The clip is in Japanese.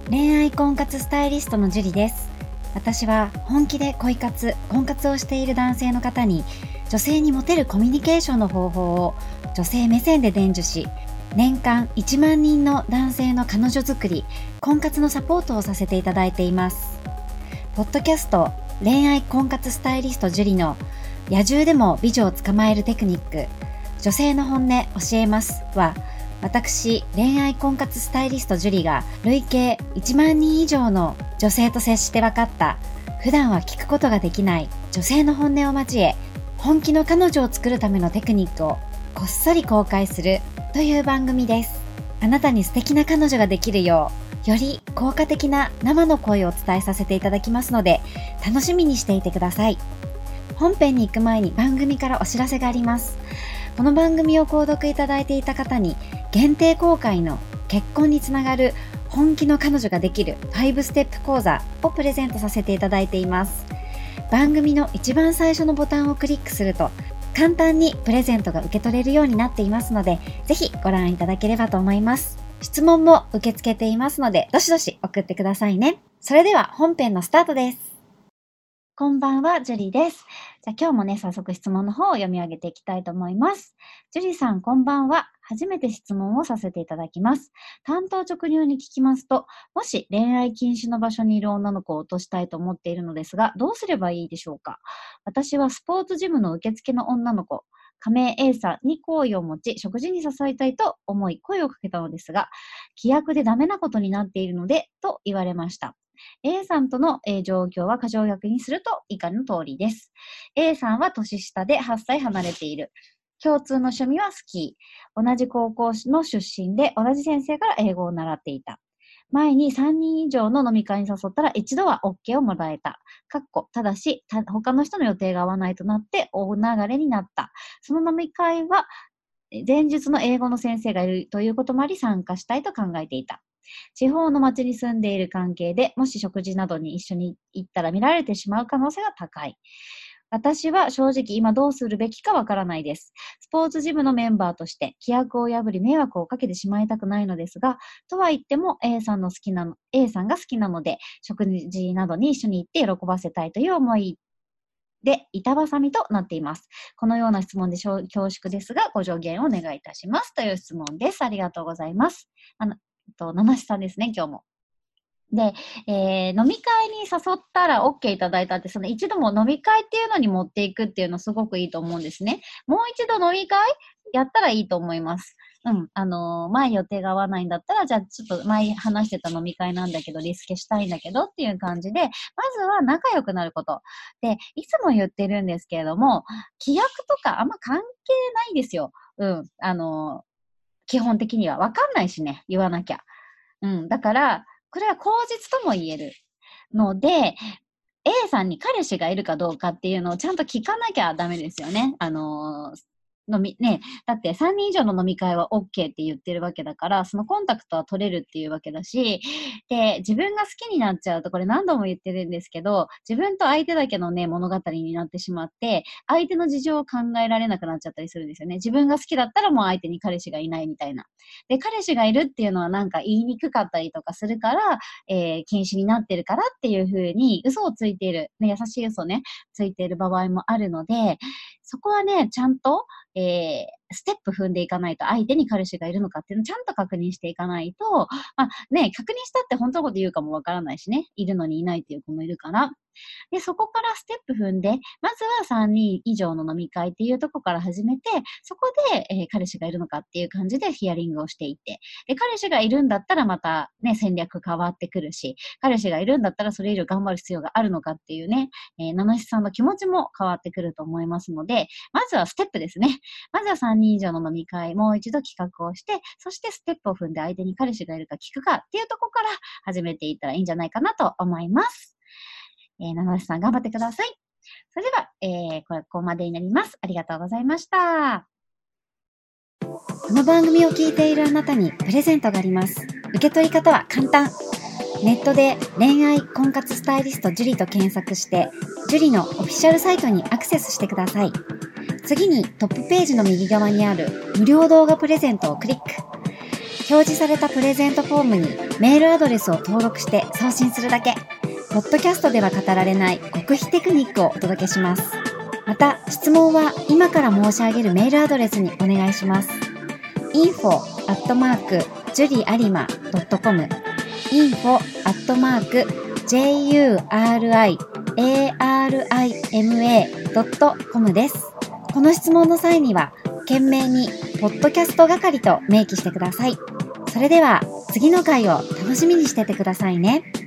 恋愛婚活スタイリストのジュリです。私は本気で婚活をしている男性の方に女性にモテるコミュニケーションの方法を女性目線で伝授し、年間1万人の男性の彼女作り、婚活のサポートをさせていただいています。ポッドキャスト恋愛婚活スタイリストジュリの野獣でも美女を捕まえるテクニック、女性の本音教えますは、私恋愛婚活スタイリストジュリが累計1万人以上の女性と接して分かった普段は聞くことができない女性の本音を交え、本気の彼女を作るためのテクニックをこっそり公開するという番組です。あなたに素敵な彼女ができるよう、より効果的な生の声をお伝えさせていただきますので、楽しみにしていてください。本編に行く前に番組からお知らせがあります。この番組を購読いただいていた方に限定公開の結婚につながる本気の彼女ができる5ステップ講座をプレゼントさせていただいています。番組の一番最初のボタンをクリックすると簡単にプレゼントが受け取れるようになっていますので、ぜひご覧いただければと思います。質問も受け付けていますので、どしどし送ってくださいね。それでは本編のスタートです。こんばんは、ジュリです。じゃあ今日もね、早速質問の方を読み上げていきたいと思います。ジュリさん、こんばんは。初めて質問をさせていただきます。単刀直入に聞きますと、もし恋愛禁止の場所にいる女の子を落としたいと思っているのですが、どうすればいいでしょうか。私はスポーツジムの受付の女の子、亀 A さんに好意を持ち、食事に誘いたいと思い声をかけたのですが、規約でダメなことになっているので、と言われました。A さんとの状況は箇条書きにすると以下の通りです。A さんは年下で8歳離れている。共通の趣味はスキー。同じ高校の出身で同じ先生から英語を習っていた。前に3人以上の飲み会に誘ったら一度は OK をもらえた。ただし、他の人の予定が合わないとなって大流れになった。その飲み会は前日の英語の先生がいるということもあり参加したいと考えていた。地方の町に住んでいる関係で、もし食事などに一緒に行ったら見られてしまう可能性が高い。私は正直今どうするべきかわからないです。スポーツジムのメンバーとして規約を破り迷惑をかけてしまいたくないのですが、とは言っても A さんが好きなので、食事などに一緒に行って喜ばせたいという思いで板挟みとなっています。このような質問で恐縮ですが、ご助言をお願いいたしますという質問です。ありがとうございます。七七さんですね、今日も。で、飲み会に誘ったら OK いただいたって、その一度も飲み会っていうのに持っていくっていうのすごくいいと思うんですね。もう一度飲み会やったらいいと思います。前予定が合わないんだったら、じゃあちょっと前話してた飲み会なんだけど、リスケしたいんだけどっていう感じで、まずは仲良くなること。で、いつも言ってるんですけれども、規約とかあんま関係ないですよ。基本的には。わかんないしね、言わなきゃ。だから、これは口実とも言えるので、A さんに彼氏がいるかどうかっていうのをちゃんと聞かなきゃダメですよね。だって3人以上の飲み会は OK って言ってるわけだから、そのコンタクトは取れるっていうわけだし、で、自分が好きになっちゃうと、これ何度も言ってるんですけど、自分と相手だけのね、物語になってしまって、相手の事情を考えられなくなっちゃったりするんですよね。自分が好きだったらもう相手に彼氏がいないみたいな。で、彼氏がいるっていうのはなんか言いにくかったりとかするから、禁止になってるからっていう風に嘘をついている、ね、優しい嘘ね、ついている場合もあるので、そこはね、ちゃんと、ステップ踏んでいかないと、相手に彼氏がいるのかっていうのをちゃんと確認していかないと、確認したって本当のこと言うかもわからないしね、いるのにいないっていう子もいるから、で、そこからステップ踏んで、まずは3人以上の飲み会っていうところから始めて、そこで、彼氏がいるのかっていう感じでヒアリングをしていって、で、彼氏がいるんだったらまたね、戦略変わってくるし、彼氏がいるんだったらそれ以上頑張る必要があるのかっていうね、ナナシさんの気持ちも変わってくると思いますので、まずはステップですね。まずは3人以上の飲み会、もう一度企画をして、そしてステップを踏んで相手に彼氏がいるか聞くかっていうところから始めていったらいいんじゃないかなと思います。七星さん頑張ってください。それでは、ここまでになります。ありがとうございました。この番組を聞いているあなたにプレゼントがあります。受け取り方は簡単。ネットで恋愛婚活スタイリストジュリと検索して、ジュリのオフィシャルサイトにアクセスしてください。次にトップページの右側にある無料動画プレゼントをクリック。 表示されたプレゼントフォームにメールアドレスを登録して送信するだけ。ポッドキャストでは語られない極秘テクニックをお届けします。また、質問は今から申し上げるメールアドレスにお願いします。info@juriarima.com info@juriarima.com です。この質問の際には、懸命にポッドキャスト係と明記してください。それでは次の回を楽しみにしててくださいね。